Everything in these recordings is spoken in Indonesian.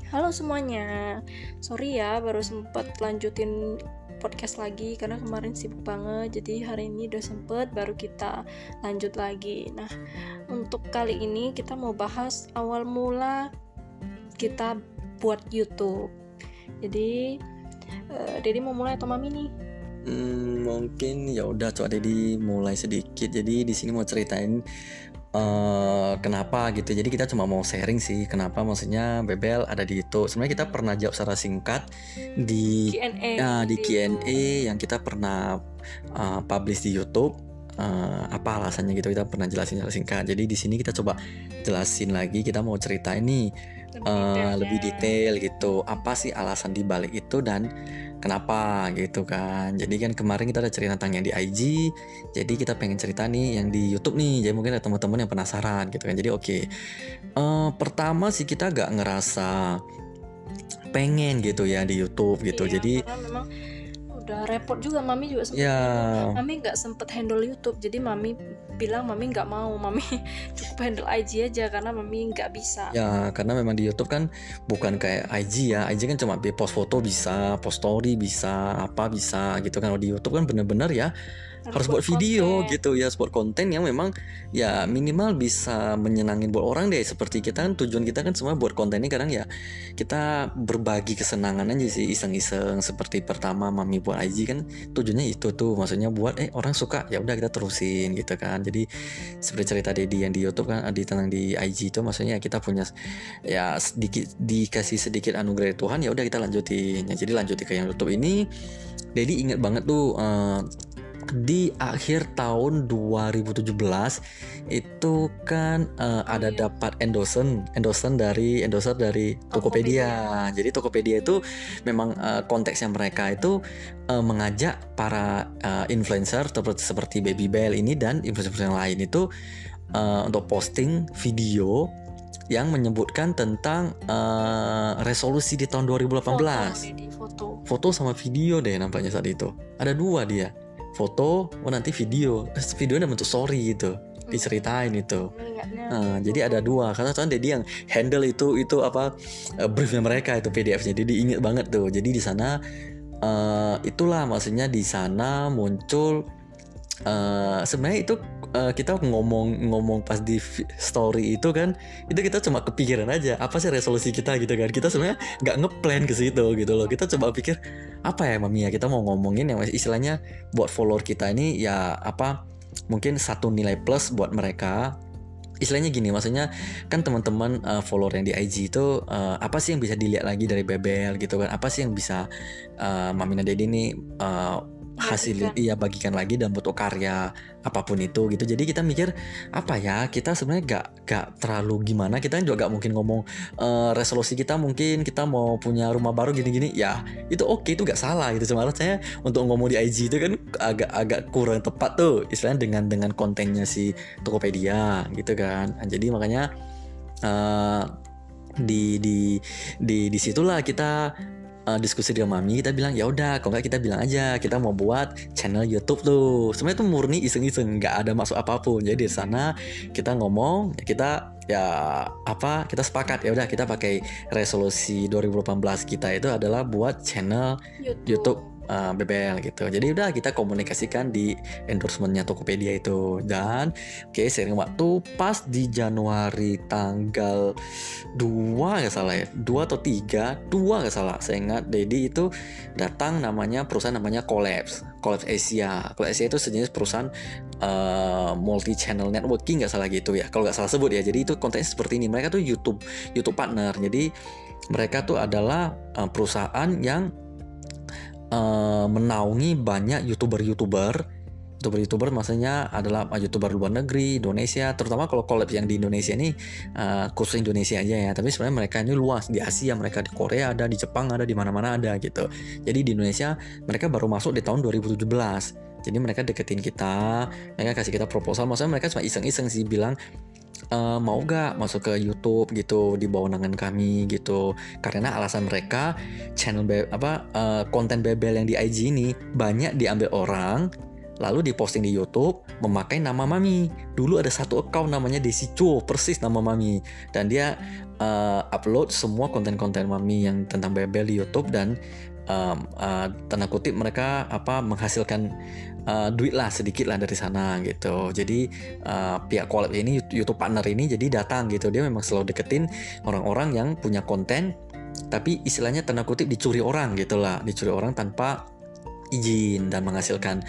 Halo semuanya, sorry ya baru sempet lanjutin podcast lagi karena kemarin sibuk banget. Jadi hari ini udah sempet, baru kita lanjut lagi. Nah, untuk kali ini kita mau bahas awal mula kita buat YouTube. Jadi Dedi mau mulai atau Mami nih? Mungkin ya udah coba Dedi mulai sedikit. Jadi di sini mau ceritain kenapa gitu. Jadi kita cuma mau sharing sih kenapa maksudnya Bebel ada di YouTube. Sebenarnya kita pernah jawab secara singkat di Q&A di YouTube. Q&A yang kita pernah publish di YouTube. Apa alasannya gitu kita pernah jelasin secara singkat. Jadi di sini kita coba jelasin lagi. Kita mau ceritain nih lebih detail gitu. Apa sih alasan di balik itu dan kenapa gitu kan. Jadi kan kemarin kita ada cerita tentang yang di IG, jadi kita pengen cerita nih yang di YouTube nih. Jadi mungkin ada teman-teman yang penasaran gitu kan. Jadi oke. Pertama sih kita gak ngerasa pengen gitu ya di YouTube gitu. Iya, Jadi karena memang udah repot juga. Mami juga sempet ya bingung, Mami nggak sempet handle YouTube, jadi Mami bilang Mami nggak mau, Mami cukup handle IG aja karena Mami nggak bisa. ya karena memang di YouTube kan bukan kayak IG ya. IG kan cuma post foto bisa, post story bisa, apa bisa gitu kan. Kalau di YouTube kan bener-bener ya harus buat video konten. gitu ya, buat konten yang memang ya minimal bisa menyenangin buat orang deh. Seperti kita kan tujuan kita kan semua buat konten ini kadang ya kita berbagi kesenangan aja sih, iseng-iseng. Seperti pertama Mami buat IG kan tujuannya itu tuh, maksudnya buat orang suka ya udah kita terusin gitu kan. Jadi seperti cerita Dedi yang di YouTube kan tentang di IG itu, maksudnya kita punya ya sedikit dikasih sedikit anugerah Tuhan, ya udah kita lanjutin ya. Jadi lanjutin ke yang YouTube ini. Dedi inget banget tuh di akhir tahun 2017 itu kan ada dapat endorser dari Tokopedia. Jadi Tokopedia itu memang konteksnya mereka itu mengajak para influencer seperti Babybel ini dan influencer yang lain itu untuk posting video yang menyebutkan tentang resolusi di tahun 2018. Foto sama video deh nampaknya saat itu. Ada dua dia. Foto, nanti video. Videonya bentuk story gitu. Diceritain itu. Jadi ada dua. Karena kan Dedi yang handle itu apa briefnya mereka itu PDF-nya. Jadi inget banget tuh. Jadi di sana itulah maksudnya di sana muncul sebenarnya itu kita ngomong pas di story itu kan, itu kita cuma kepikiran aja apa sih resolusi kita gitu kan. Kita sebenarnya nggak ngeplan ke situ gitu loh. Kita coba pikir apa ya Mami ya, kita mau ngomongin yang istilahnya buat follower kita ini ya apa, mungkin satu nilai plus buat mereka. Istilahnya gini, maksudnya kan teman-teman follower yang di IG itu apa sih yang bisa dilihat lagi dari Bebel gitu kan, apa sih yang bisa Mami dan Dedi ini hasil bagikan lagi dan bentuk karya apapun itu gitu. Jadi kita mikir apa ya, kita sebenarnya gak terlalu gimana, kita juga gak mungkin ngomong resolusi kita mungkin kita mau punya rumah baru gini-gini ya, itu oke, itu gak salah gitu. Cuma saya untuk ngomong di IG itu kan agak kurang tepat tuh istilahnya dengan kontennya si Tokopedia gitu kan. Jadi makanya di situlah kita diskusi dengan Mami. Kita bilang ya udah, kalau nggak kita bilang aja kita mau buat channel YouTube tuh. Sebenarnya tuh murni iseng-iseng, nggak ada maksud apapun. Jadi di sana kita ngomong, kita kita sepakat ya udah kita pakai resolusi 2018 kita itu adalah buat channel YouTube Bebel gitu. Jadi udah kita komunikasikan di endorsementnya Tokopedia itu. Dan seiring waktu pas di Januari tanggal 2 gak salah ya, 2 atau 3 gak salah, saya ingat Dedi itu datang, perusahaan namanya Collabs Asia. Collabs Asia itu sejenis perusahaan multi channel networking gak salah gitu ya, kalau gak salah sebut ya. Jadi itu kontennya seperti ini, mereka tuh YouTube partner. Jadi mereka tuh adalah perusahaan yang menaungi banyak youtuber maksudnya adalah youtuber luar negeri, Indonesia, terutama kalau collab yang di Indonesia ini khusus Indonesia aja ya, tapi sebenarnya mereka ini luas di Asia, mereka di Korea ada, di Jepang ada, di mana-mana ada gitu. Jadi di Indonesia mereka baru masuk di tahun 2017. Jadi mereka deketin kita, mereka kasih kita proposal, maksudnya mereka cuma iseng-iseng sih bilang mau gak masuk ke YouTube gitu di bawah naungan kami gitu. Karena alasan mereka channel konten Bebel yang di IG ini banyak diambil orang lalu diposting di YouTube memakai nama Mami. Dulu ada satu account namanya Desi Cho, persis nama Mami, dan dia upload semua konten-konten Mami yang tentang bebel di YouTube, dan tanda kutip mereka menghasilkan duit lah sedikit lah dari sana gitu. Jadi pihak collab ini, YouTube partner ini jadi datang gitu, dia memang selalu deketin orang-orang yang punya konten tapi istilahnya tanda kutip dicuri orang gitu lah, dicuri orang tanpa izin dan menghasilkan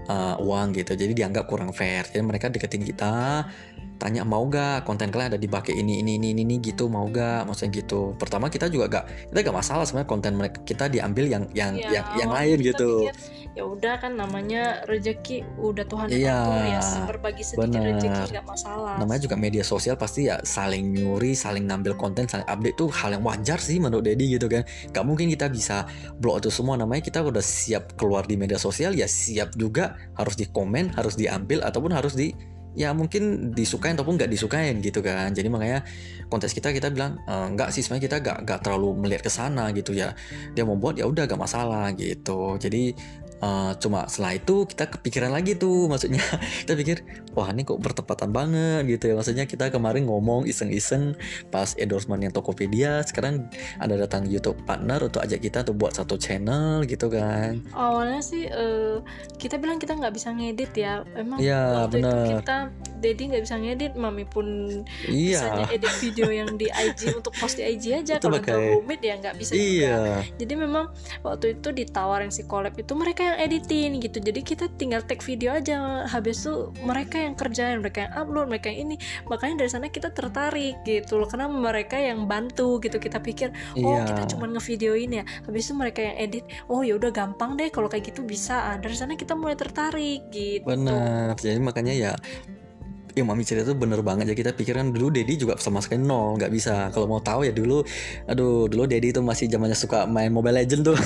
uang gitu. Jadi dianggap kurang fair. Jadi mereka deketin kita, tanya mau gak konten kalian ada dipakai ini gitu, mau gak, maksudnya gitu. Pertama kita gak masalah sebenarnya konten mereka kita diambil yang lain gitu. Ya udah kan namanya rezeki udah Tuhan yang atur ya, berbagi sedikit rezeki gak masalah. Namanya juga media sosial, pasti ya saling nyuri, saling ngambil konten, saling update tuh hal yang wajar sih menurut Dedi gitu kan. Gak mungkin kita bisa blok itu semua, namanya kita udah siap keluar di media sosial ya siap juga harus dikomen, harus diambil ataupun harus ya mungkin disukain ataupun nggak disukain gitu kan. Jadi makanya kontes kita bilang nggak sih, sebenarnya kita nggak terlalu melihat ke sana gitu ya. Dia mau buat ya udah nggak masalah gitu. Jadi cuma setelah itu kita kepikiran lagi tuh, maksudnya kita pikir wah ini kok bertepatan banget gitu ya. Maksudnya kita kemarin ngomong iseng-iseng pas endorsement yang Tokopedia, sekarang ada datang YouTube partner untuk ajak kita untuk buat satu channel gitu kan. Awalnya sih kita bilang kita nggak bisa ngedit ya, emang ya, waktu bener. itu kita Dedi nggak bisa ngedit, Mami pun bisanya edit video yang di IG untuk post di IG aja. Kalau rumit ya nggak bisa juga. Jadi memang waktu itu ditawarin si collab itu mereka yang editing gitu, jadi kita tinggal take video aja, habis itu mereka yang kerjain, mereka yang upload, mereka yang ini. Makanya dari sana kita tertarik gitu loh, karena mereka yang bantu gitu. Kita pikir kita cuma ngevideoin ya, habis itu mereka yang edit. Oh ya udah gampang deh kalau kayak gitu bisa. Dari sana kita mulai tertarik gitu. Benar, jadi makanya ya Mami cerita tuh bener banget ya. Kita pikiran dulu Dedi juga sama sekali nol, nggak bisa. Kalau mau tahu ya dulu Dedi tuh masih zamannya suka main Mobile Legend tuh.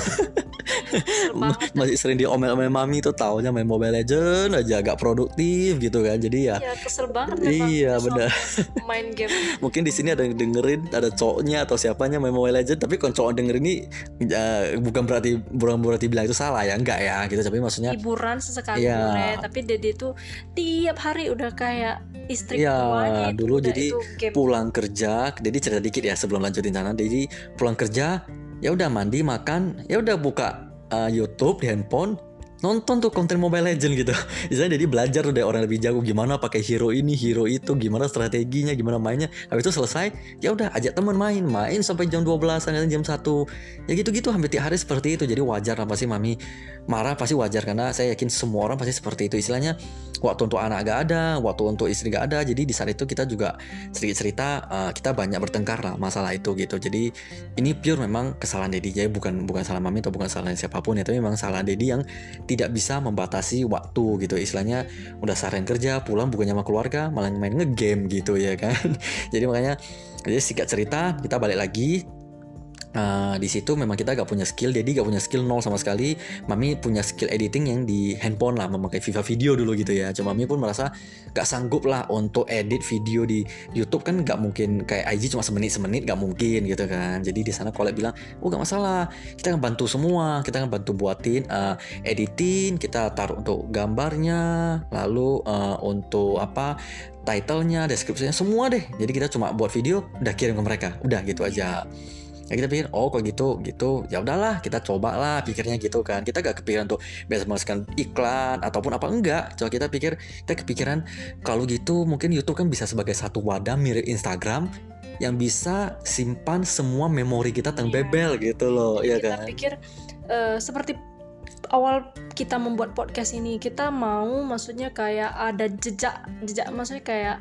Masih sering diomel-omel Mami tuh, taunya main Mobile Legend aja, agak produktif gitu kan. Jadi ya kesel banget iya benar. Main game. Mungkin di sini ada yang dengerin, ada cowoknya atau siapanya main Mobile Legend, tapi kalau cowok denger ini bukan berarti bilang itu salah ya, enggak ya gitu. Tapi maksudnya hiburan sesekali boleh, tapi Dedi tuh tiap hari udah kayak istri tuanya. Dulu jadi pulang kerja, Dedi cerita dikit ya sebelum lanjutin sana. Dedi pulang kerja ya udah mandi, makan, ya udah buka YouTube di handphone, nonton tuh konten Mobile Legend gitu. Misalnya jadi belajar udah orang lebih jago gimana pakai hero ini, hero itu, gimana strateginya, gimana mainnya. Habis itu selesai, ya udah ajak teman main sampai jam 12-an, jam 1. Ya gitu-gitu hampir tiap hari seperti itu. Jadi wajar lah pasti Mami marah, pasti wajar, karena saya yakin semua orang pasti seperti itu. Istilahnya waktu untuk anak gak ada, waktu untuk istri gak ada. Jadi di saat itu kita juga sedikit cerita, kita banyak bertengkar lah masalah itu gitu. Jadi ini pure memang kesalahan Dedi, jadi bukan salah Mami atau bukan salah siapapun ya, tapi memang salah Dedi yang tidak bisa membatasi waktu gitu. Istilahnya udah seharian kerja, pulang bukannya sama keluarga malah main ngegame gitu ya kan. Jadi makanya singkat cerita kita balik lagi. Di situ memang kita gak punya skill, Dedi gak punya skill nol sama sekali. Mami punya skill editing yang di handphone lah, memakai Viva Video dulu gitu ya. Cuma Mami pun merasa gak sanggup lah untuk edit video di YouTube, kan gak mungkin kayak IG cuma semenit gak mungkin gitu kan. Jadi di sana collab bilang, gak masalah, kita akan bantu semua, kita akan bantu buatin editing, kita taruh untuk gambarnya, lalu untuk title-nya, deskripsinya, semua deh. Jadi kita cuma buat video, udah kirim ke mereka, udah gitu aja. Ya kita pikir kok gitu ya udahlah, kita coba lah, pikirnya gitu kan. Kita gak kepikiran tuh biasa memasukkan iklan ataupun apa, enggak. Coba kita kepikiran kalau gitu mungkin YouTube kan bisa sebagai satu wadah mirip Instagram yang bisa simpan semua memori kita tentang bebel gitu loh. Ya kita kan, pikir seperti awal kita membuat podcast ini, kita mau maksudnya kayak ada jejak maksudnya kayak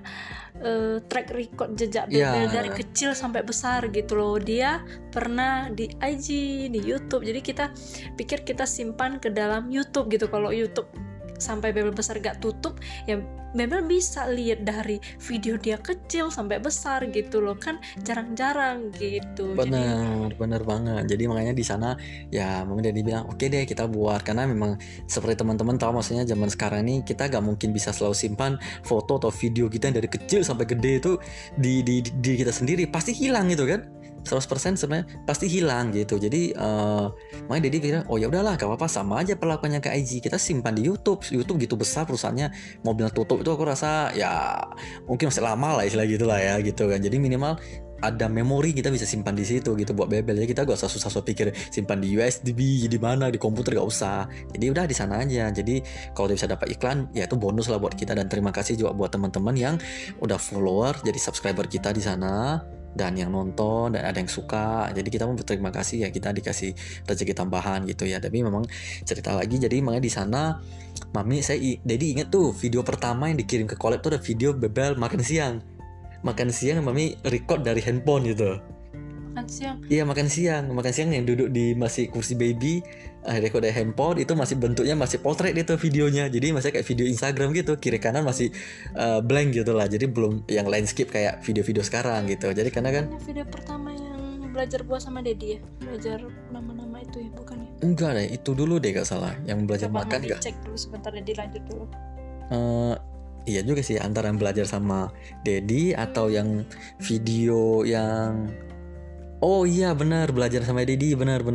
track record jejak bebel dari kecil sampai besar gitu loh. Dia pernah di IG, di YouTube, jadi kita pikir kita simpan ke dalam YouTube gitu. Kalau YouTube sampai bebel besar gak tutup, ya bebel bisa lihat dari video dia kecil sampai besar gitu loh, kan jarang-jarang gitu. Bener banget. Jadi makanya di sana ya mungkin dia bilang oke deh kita buat, karena memang seperti teman-teman tahu, maksudnya zaman sekarang ini kita gak mungkin bisa selalu simpan foto atau video kita yang dari kecil sampai gede itu di kita sendiri, pasti hilang gitu kan. 100% sebenarnya pasti hilang gitu. Jadi makanya Dedi pikir oh ya udahlah gak apa-apa, sama aja perlakuannya ke IG, kita simpan di YouTube gitu besar perusahaannya, mau bilang tutup itu aku rasa ya mungkin masih lama lah istilah gitulah ya gitu kan. Jadi minimal ada memori kita bisa simpan di situ gitu buat bebel. Jadi kita gak usah susah-susah pikir simpan di USB di mana, di komputer gak usah. Jadi udah di sana aja. Jadi kalau dia bisa dapat iklan ya itu bonus lah buat kita. Dan terima kasih juga buat teman-teman yang udah follower jadi subscriber kita di sana dan yang nonton dan ada yang suka. Jadi kita mau berterima kasih ya, kita dikasih rezeki tambahan gitu ya. Tapi memang cerita lagi, jadi makanya di sana Mami Dedi inget tuh video pertama yang dikirim ke collab tuh ada video bebel makan siang Mami record dari handphone gitu. Makan siang. Iya makan siang yang duduk di masih kursi baby, record dari handphone itu masih bentuknya masih potret itu videonya. Jadi masih kayak video Instagram gitu, kiri kanan masih blank gitu lah. Jadi belum yang landscape kayak video-video sekarang gitu. Jadi karena kan video pertama yang belajar buat sama Dedi ya, belajar nama-nama itu ya, bukan ya? Enggak deh, itu dulu deh gak salah, yang belajar Coba makan enggak. cek dulu sebentar, Dedi lanjut dulu. Iya juga sih, antara yang belajar sama Dedi atau yang video yang oh iya benar, belajar sama Dedi, benar.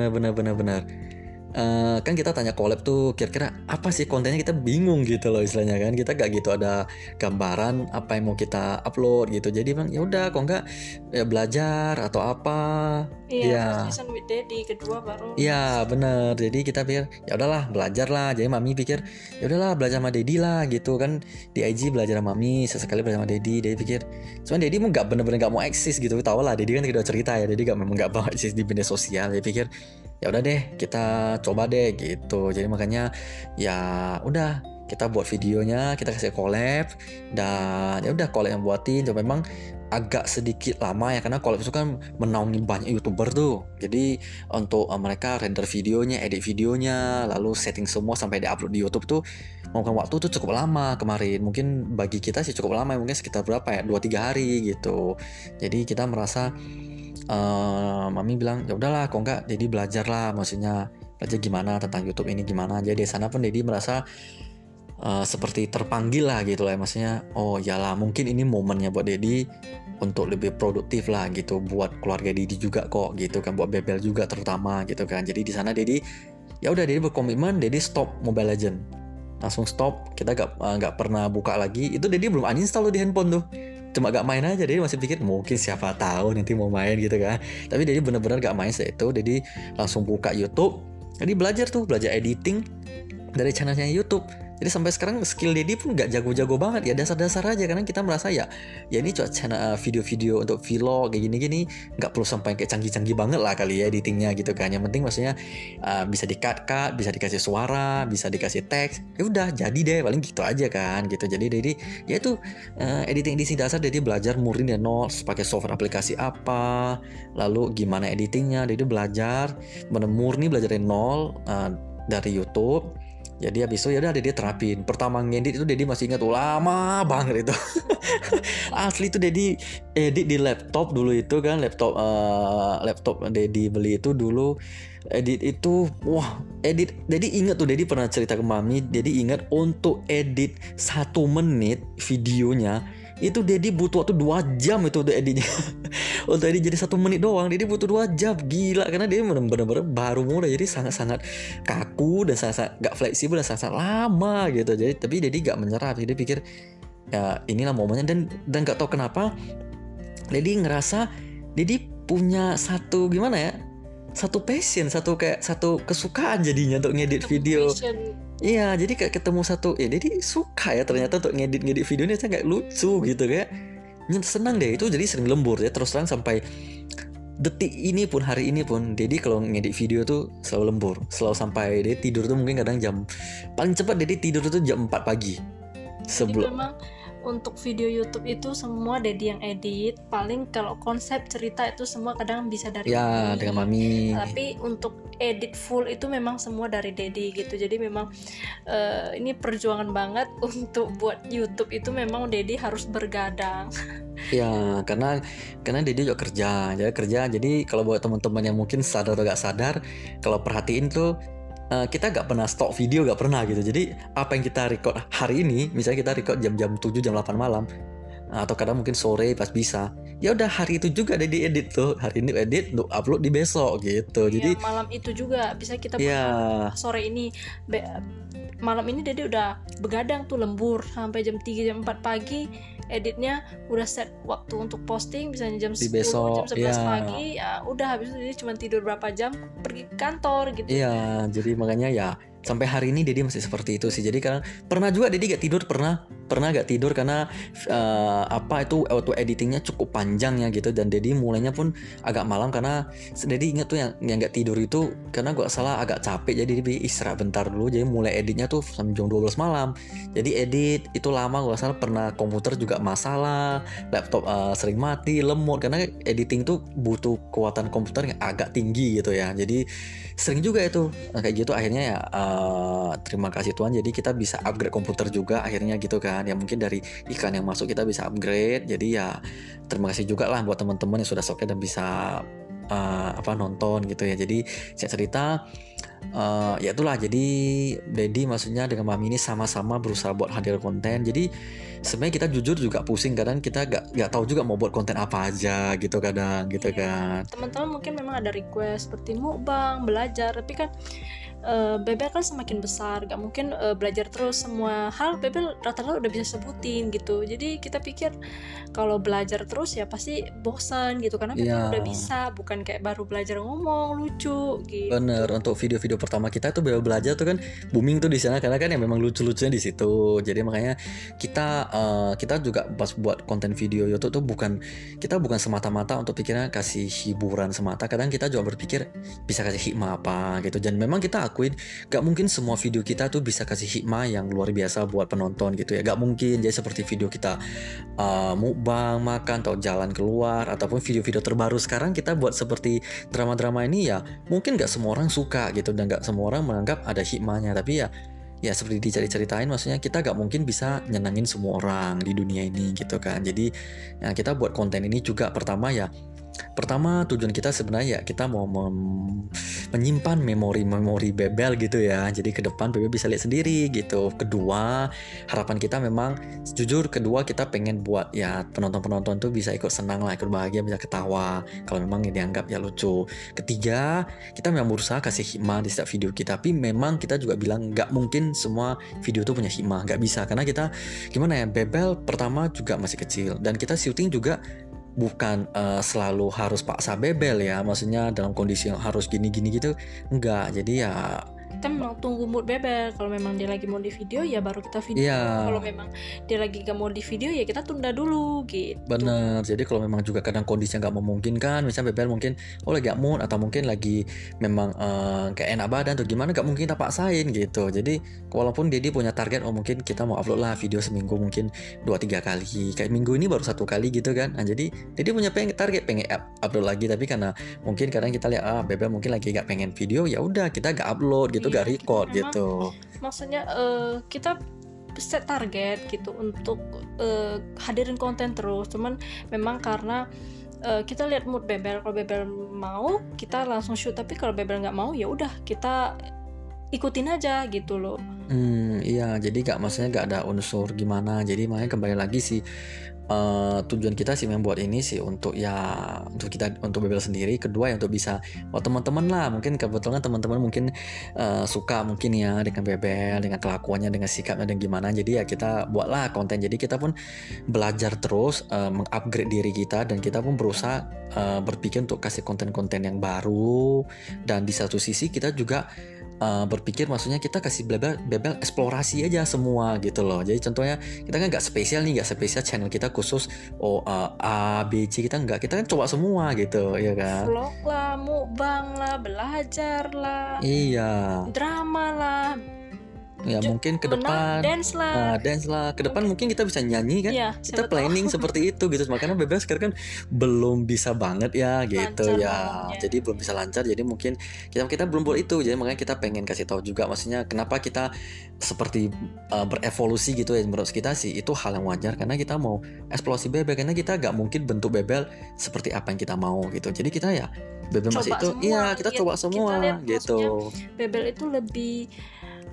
Kan kita tanya collab tuh kira-kira apa sih kontennya, kita bingung gitu loh istilahnya kan, kita gak gitu ada gambaran apa yang mau kita upload gitu. Jadi bang ya udah kok enggak ya belajar atau apa. Iya, first listen with Dedi, kedua baru. Iya bener, jadi kita pikir ya udahlah belajar lah. Jadi Mami pikir ya udahlah belajar sama Dedi lah gitu kan, di IG belajar sama Mami, sesekali belajar sama Dedi. Dedi pikir cuman Dedi mau nggak bener-bener nggak mau eksis gitu, tau lah Dedi kan udah cerita ya, Dedi memang nggak mau eksis di media sosial. Dia pikir ya udah deh kita coba deh gitu. Jadi makanya ya udah kita buat videonya, kita kasih collab, dan ya udah collab yang buatin. Coba memang agak sedikit lama ya, karena collab itu kan menaungi banyak YouTuber tuh. Jadi untuk mereka render videonya, edit videonya, lalu setting semua sampai di-upload di YouTube tuh memakan waktu tuh cukup lama kemarin. Mungkin bagi kita sih cukup lama, mungkin sekitar berapa ya, 2-3 hari gitu. Jadi kita merasa Mami bilang ya udahlah kok enggak Dedi belajar lah, maksudnya belajar gimana tentang YouTube ini gimana. Jadi di sana pun Dedi merasa seperti terpanggil lah gitu lah, maksudnya oh iyalah mungkin ini momennya buat Dedi untuk lebih produktif lah gitu, buat keluarga Dedi juga kok gitu kan, buat bebel juga terutama gitu kan. Jadi di sana Dedi ya udah Dedi berkomitmen, Dedi stop Mobile Legend, langsung stop. Kita nggak pernah buka lagi itu. Dedi belum uninstall di handphone tuh, cuma gak main aja. Dedi masih pikir mungkin siapa tahu nanti mau main gitu kan, tapi Dedi bener-bener gak main setelah itu. Dedi langsung buka YouTube, jadi belajar editing dari channelnya YouTube. Jadi sampai sekarang skill Dedi pun gak jago-jago banget ya, dasar-dasar aja, karena kita merasa ya ini cuma channel video-video untuk vlog kayak gini-gini, gak perlu sampai kayak canggih-canggih banget lah kali ya editingnya gitu kan. Yang penting maksudnya bisa di-cut, bisa dikasih suara, bisa dikasih teks, ya udah jadi deh, paling gitu aja kan gitu. Jadi Dedi ya itu editing dasar Dedi belajar murni dari nol, pakai software aplikasi apa, lalu gimana editingnya. Dedi belajar murni belajar dari nol dari YouTube. Jadi habis itu ya udah Dedi terapin. Pertama ngedit itu Dedi masih ingat lama banget itu. Asli itu Dedi edit di laptop dulu itu kan, laptop Dedi beli itu dulu. Edit itu edit Dedi ingat tuh, Dedi pernah cerita ke Mami, Dedi ingat untuk edit 1 menit videonya itu Dedi butuh waktu 2 jam itu untuk editnya. Untuk edit jadi 1 menit doang Dedi butuh 2 jam. Gila, karena dia bener-bener baru mulai, jadi sangat-sangat kaku dan sangat gak fleksibel dan sangat lama gitu. Jadi tapi Dedi gak menyerah, Dedi pikir ya inilah momennya. Dan gak tahu kenapa Dedi ngerasa Dedi punya satu gimana ya, satu passion, satu kesukaan jadinya untuk ngedit video. Iya, jadi kayak ketemu satu, Dedi suka ya ternyata untuk ngedit videonya, saya kayak lucu gitu, kayak senang deh itu. Jadi sering lembur ya, terus terang sampai detik ini pun, hari ini pun Dedi kalau ngedit video tuh selalu lembur, selalu sampai Dedi tidur tuh mungkin kadang paling cepat Dedi tidur tuh jam 4 pagi. Jadi memang untuk video YouTube itu semua Dedi yang edit. Paling kalau konsep cerita itu semua kadang bisa dari Mami. Dengan Mami. Tapi untuk edit full itu memang semua dari Dedi gitu. Jadi memang ini perjuangan banget untuk buat YouTube itu. Memang Dedi harus bergadang. Ya, karena Dedi juga kerja. Jadi kalau buat teman-teman yang mungkin sadar atau gak sadar, kalau perhatiin tuh kita gak pernah stok video, gak pernah gitu. Jadi apa yang kita record hari ini, misalnya kita record jam 7, jam 8 malam, atau kadang mungkin sore pas bisa. Ya udah hari itu juga ada diedit tuh, hari ini edit untuk upload di besok gitu. Iya, Jadi malam itu juga bisa kita ya sore ini malam ini Dede udah begadang tuh lembur sampai jam 3 jam 4 pagi, editnya udah set waktu untuk posting misalnya jam di 10 jam besok 11 ya. pagi, ya udah habis itu dia cuma tidur berapa jam pergi ke kantor gitu. Iya, jadi makanya ya sampai hari ini Dedi masih seperti itu sih. Jadi karena pernah juga Dedi gak tidur, pernah gak tidur karena apa itu auto editingnya cukup panjang ya gitu, dan Dedi mulainya pun agak malam karena Dedi inget tuh yang gak tidur itu karena gak salah agak capek, jadi Dedi istirahat bentar dulu, jadi mulai editnya tuh sampai jam 12 malam. Jadi edit itu lama, gak salah pernah komputer juga masalah, laptop sering mati, lemot karena editing tuh butuh kekuatan komputer yang agak tinggi gitu ya. Jadi sering juga itu kayak gitu, akhirnya ya terima kasih Tuhan jadi kita bisa upgrade komputer juga akhirnya gitu kan ya, mungkin dari iklan yang masuk kita bisa upgrade. Jadi ya terima kasih juga lah buat teman-teman yang sudah subscribe dan bisa nonton gitu ya. Jadi saya cerita ya itulah, jadi Dedi maksudnya dengan Mami ini sama-sama berusaha buat hadir konten. Jadi sebenarnya kita jujur juga pusing, kadang kita gak tahu juga mau buat konten apa aja gitu kadang gitu kan. Teman-teman mungkin memang ada request seperti mukbang, belajar, tapi kan Bebel kan semakin besar, gak mungkin belajar terus semua hal Bebel rata-rata udah bisa sebutin gitu. Jadi kita pikir kalau belajar terus ya pasti bosan gitu, karena Bebel udah bisa, bukan kayak baru belajar ngomong lucu gitu. Bener, untuk video-video pertama kita tuh belajar tuh kan booming tuh di sana karena kan ya memang lucu-lucunya di situ. Jadi makanya kita juga pas buat konten video YouTube tuh kita bukan semata-mata untuk pikirnya kasih hiburan semata. Kadang kita juga berpikir bisa kasih hikmah apa gitu. Dan memang kita akuin gak mungkin semua video kita tuh bisa kasih hikmah yang luar biasa buat penonton gitu ya. Gak mungkin. Jadi seperti video kita mukbang, makan atau jalan keluar, ataupun video-video terbaru sekarang kita buat seperti drama-drama ini ya mungkin gak semua orang suka gitu, dan gak semua orang menganggap ada hikmahnya. Tapi ya seperti diceritain, maksudnya kita gak mungkin bisa nyenangin semua orang di dunia ini gitu kan. Jadi ya, kita buat konten ini juga pertama tujuan kita sebenarnya ya kita mau menyimpan memori-memori Bebel gitu ya. Jadi ke depan Bebel bisa lihat sendiri gitu. Kedua, harapan kita memang kedua kita pengen buat ya penonton-penonton tuh bisa ikut senang lah, ikut bahagia, bisa ketawa kalau memang ini dianggap ya lucu. Ketiga, kita memang berusaha kasih hikmah di setiap video kita, tapi memang kita juga bilang nggak mungkin semua video tuh punya hikmah, nggak bisa, karena kita gimana ya, Bebel pertama juga masih kecil dan kita syuting juga bukan selalu harus paksa Bebel ya, maksudnya dalam kondisi yang harus gini-gini gitu, enggak. Jadi ya kita memang tunggu mood Bebel. Kalau memang dia lagi mau di video ya baru kita video. Kalau memang dia lagi gak mau di video ya kita tunda dulu gitu. Bener. Jadi kalau memang juga kadang kondisinya gak memungkinkan, misalnya Bebel mungkin lagi gak mood atau mungkin lagi memang kayak enak badan atau gimana, gak mungkin kita paksain gitu. Jadi walaupun Dedi punya target, mungkin kita mau upload lah video seminggu mungkin 2-3 kali, kayak minggu ini baru 1 kali gitu kan. Nah jadi Dedi punya target pengen upload lagi, tapi karena mungkin kadang kita lihat Bebel mungkin lagi gak pengen video, ya udah kita gak upload gitu, gak record gitu. Maksudnya kita set target gitu untuk hadirin konten terus, cuman memang karena kita lihat mood Bebel. Kalau Bebel mau kita langsung shoot, tapi kalau Bebel nggak mau ya udah kita ikutin aja gitu loh. Iya, jadi maksudnya gak ada unsur gimana. Jadi makanya kembali lagi sih, tujuan kita sih membuat ini sih untuk Bebel sendiri. Kedua ya untuk bisa teman-teman lah, mungkin kebetulan teman-teman mungkin suka mungkin ya dengan Bebel, dengan kelakuannya, dengan sikapnya dan gimana. Jadi ya kita buatlah konten. Jadi kita pun belajar terus mengupgrade diri kita, dan kita pun berusaha berpikir untuk kasih konten-konten yang baru. Dan di satu sisi kita juga berpikir, maksudnya kita kasih Bebel eksplorasi aja semua gitu loh. Jadi contohnya kita kan nggak spesial channel kita khusus A, B, C, kita kan coba semua gitu ya kan. Vlog lah, mukbang lah, belajar lah, iya, drama lah, ya mungkin ke depan dance lah ke depan mungkin kita bisa nyanyi kan ya, kita planning seperti itu gitu. Makanya Bebel sekarang kan belum bisa banget ya gitu ya, jadi belum bisa lancar. Jadi mungkin kita belum buat itu. Jadi makanya kita pengen kasih tahu juga, maksudnya kenapa kita seperti berevolusi gitu ya. Menurut kita sih itu hal yang wajar, karena kita mau eksplorasi Bebel, karena kita gak mungkin bentuk Bebel seperti apa yang kita mau gitu. Jadi kita ya Bebel masih itu semua, kita coba semua gitu. Bebel itu lebih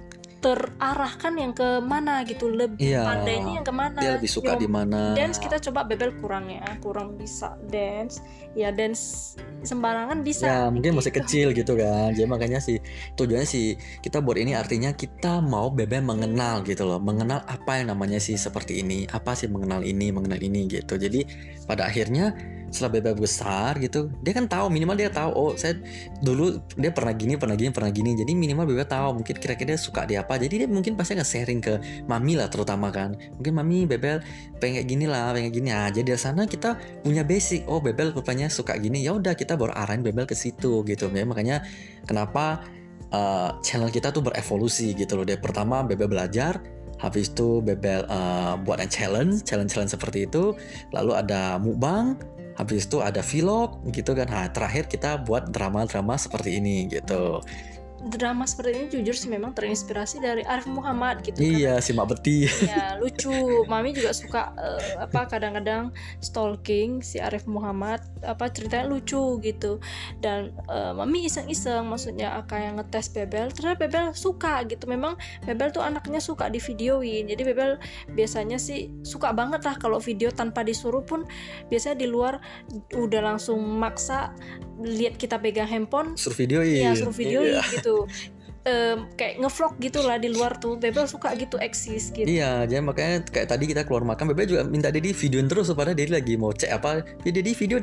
terarahkan yang ke mana gitu, lebih Iya, pandainya yang kemana. dia lebih suka di mana. Dance kita coba Bebel kurang bisa dance. Ya dance sembarangan bisa. Ya mungkin masih gitu. kecil gitu kan. Jadi makanya sih tujuannya sih kita buat ini artinya kita mau Bebel mengenal gitu loh. Mengenal apa yang namanya sih seperti ini. Apa sih mengenal ini gitu. Jadi pada akhirnya setelah Bebel besar gitu, dia kan tahu, minimal dia tahu, oh saya dulu dia pernah gini. Jadi minimal Bebel tahu mungkin kira-kira dia suka di apa. Jadi dia mungkin pasti nge-sharing ke mami lah terutama kan. Mungkin mami Bebel pengen gini lah, pengen gini aja. Dari sana kita punya basic, oh Bebel rupanya suka gini, ya udah kita baru arahin Bebel ke situ gitu ya. Makanya kenapa channel kita tuh berevolusi gitu loh. Dari pertama Bebel belajar, habis itu Bebel buat challenge seperti itu, lalu ada mukbang, habis itu ada vlog gitu kan. Nah terakhir kita buat drama-drama seperti ini gitu. Drama seperti ini jujur sih memang terinspirasi dari Arif Muhammad gitu. Iya, si Mak Beti. Ya lucu. Mami juga suka kadang-kadang stalking si Arif Muhammad, ceritanya lucu gitu. Dan Mami iseng-iseng, maksudnya kayak ngetes Bebel, ternyata Bebel suka gitu. Memang Bebel tuh anaknya suka di videoin. Jadi Bebel biasanya sih suka banget lah kalau video tanpa disuruh pun, biasanya di luar udah langsung maksa lihat kita pegang handphone, suruh videoin. Ya suruh videoin gitu. Kayak ngevlog gitulah di luar tuh. Bebel suka gitu, eksis gitu. Iya, jadi makanya kayak tadi kita keluar makan, Bebel juga minta Dedi videoin terus supaya Dedi lagi mau cek apa, Dedi video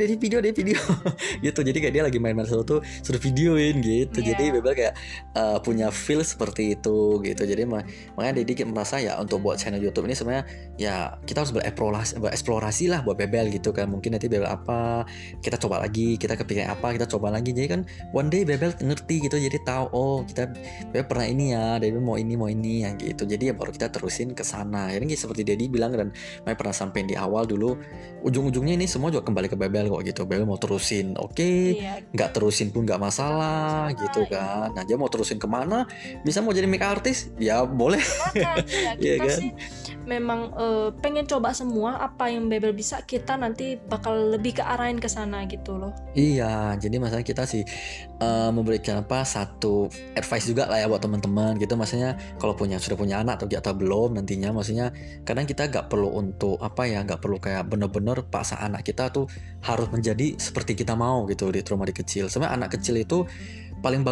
gitu. Jadi kayak dia lagi main-main sesuatu suruh videoin gitu. Iya. Jadi Bebel kayak punya feel seperti itu gitu. Jadi makanya Dedi merasa ya untuk buat channel YouTube ini sebenarnya ya kita harus bereksplorasi lah buat Bebel gitu kan. Mungkin nanti Bebel apa, kita coba lagi, kita kepikiran apa, kita coba lagi. Jadi kan one day Bebel ngerti gitu, jadi tahu oh kita Bebel pernah ini ya, Bebel mau ini ya gitu. Jadi ya baru kita terusin ke sana. Ini seperti Dedi bilang dan Mai pernah sampein di awal dulu, ujung-ujungnya ini semua juga kembali ke Bebel kok gitu. Bebel mau terusin, oke. Nggak terusin pun nggak masalah gitu kan. Nah dia mau terusin kemana? Bisa mau jadi make artist? Ya boleh. Ya, kita sih memang pengen coba semua apa yang Bebel bisa, kita nanti bakal lebih ke arahin ke sana gitu loh. Iya, jadi masalah kita sih memberikan satu advice juga lah ya buat teman-teman gitu. Maksudnya kalau sudah punya anak atau belum nantinya, maksudnya kadang kita nggak perlu untuk nggak perlu kayak bener-bener paksa anak kita tuh harus menjadi seperti kita mau gitu di rumah di kecil. Sebenarnya anak kecil itu paling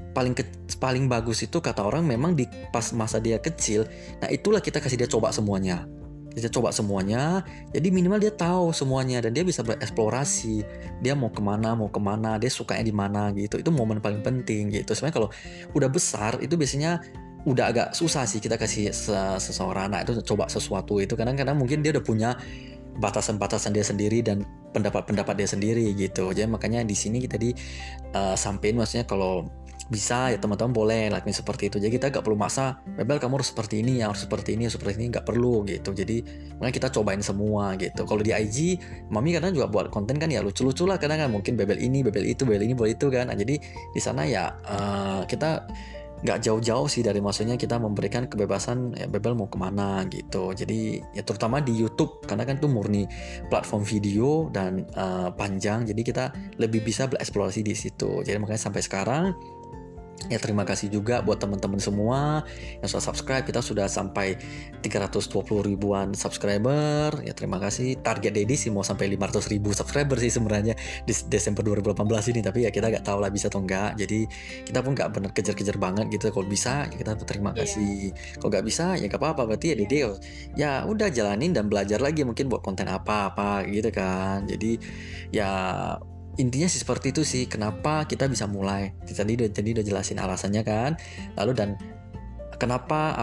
bagus itu kata orang memang di pas masa dia kecil. Nah itulah kita kasih dia coba semuanya. Dia coba semuanya, jadi minimal dia tahu semuanya dan dia bisa bereksplorasi. Dia mau kemana, dia sukanya di mana gitu. Itu momen paling penting gitu. Sebenarnya kalau udah besar itu biasanya udah agak susah sih kita kasih seseorang anak itu coba sesuatu itu. Kadang-kadang mungkin dia udah punya batasan-batasan dia sendiri dan pendapat-pendapat dia sendiri gitu. Jadi makanya di sini kita sampein maksudnya kalau bisa ya teman-teman boleh lakuin seperti itu. Jadi kita gak perlu maksa Bebel kamu harus seperti ini, harus seperti ini, gak perlu gitu. Jadi makanya kita cobain semua gitu. Kalau di IG Mami kadang juga buat konten kan ya lucu-lucu lah, kadang kan mungkin Bebel ini, Bebel itu, Bebel ini, Bebel itu kan. Nah, jadi di sana ya kita nggak jauh-jauh sih dari maksudnya kita memberikan kebebasan ya Bebel mau kemana gitu. Jadi ya terutama di YouTube karena kan itu murni platform video dan panjang, jadi kita lebih bisa bereksplorasi di situ. Jadi makanya sampai sekarang ya terima kasih juga buat teman-teman semua yang sudah subscribe. Kita sudah sampai 320 ribuan subscriber. Ya terima kasih. Target Dedi sih mau sampai 500 ribu subscriber sih sebenarnya di Desember 2018 ini. Tapi ya kita nggak tahu lah bisa atau enggak. Jadi kita pun nggak benar kejar-kejar banget gitu. Kalau bisa ya kita terima kasih. Kalau nggak bisa ya nggak apa-apa. Berarti ya Dedi ya udah jalanin dan belajar lagi mungkin buat konten apa-apa gitu kan. Jadi ya intinya sih seperti itu sih kenapa kita bisa mulai. Tadi udah jelasin alasannya kan. Lalu dan kenapa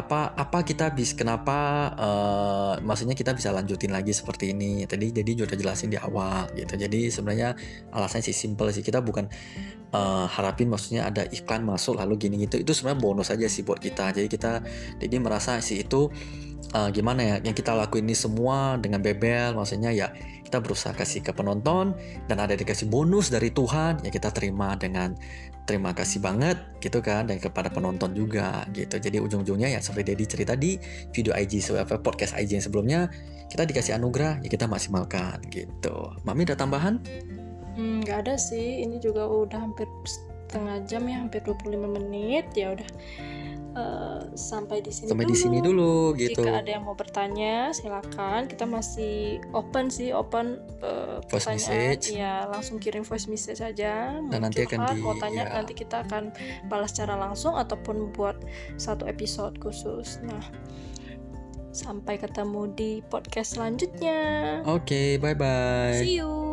maksudnya kita bisa lanjutin lagi seperti ini. Tadi jadi udah jelasin di awal gitu. Jadi sebenarnya alasannya sih simple sih. Kita bukan harapin maksudnya ada iklan masuk lalu gini gitu. Itu sebenarnya bonus aja sih buat kita. Jadi merasa sih itu gimana ya, yang kita lakuin ini semua dengan Bebel, maksudnya ya kita berusaha kasih ke penonton dan ada dikasih bonus dari Tuhan, ya kita terima dengan terima kasih banget gitu kan, dan kepada penonton juga gitu. Jadi ujung-ujungnya ya seperti Dedi cerita di video IG podcast IG yang sebelumnya, kita dikasih anugerah ya kita maksimalkan gitu. Mami ada tambahan? Nggak ada sih, ini juga udah hampir setengah jam ya, hampir 25 menit ya udah. sampai di sini Sampai dulu. di sini dulu gitu. Jika ada yang mau bertanya, silakan. Kita masih open Voice pertanyaan. message. Ya, langsung kirim voice message saja. Mau Dan nanti akan curhat, mau tanya, ya. nanti kita akan balas secara langsung ataupun buat satu episode khusus. Nah, sampai ketemu di podcast selanjutnya. Oke, bye-bye. See you.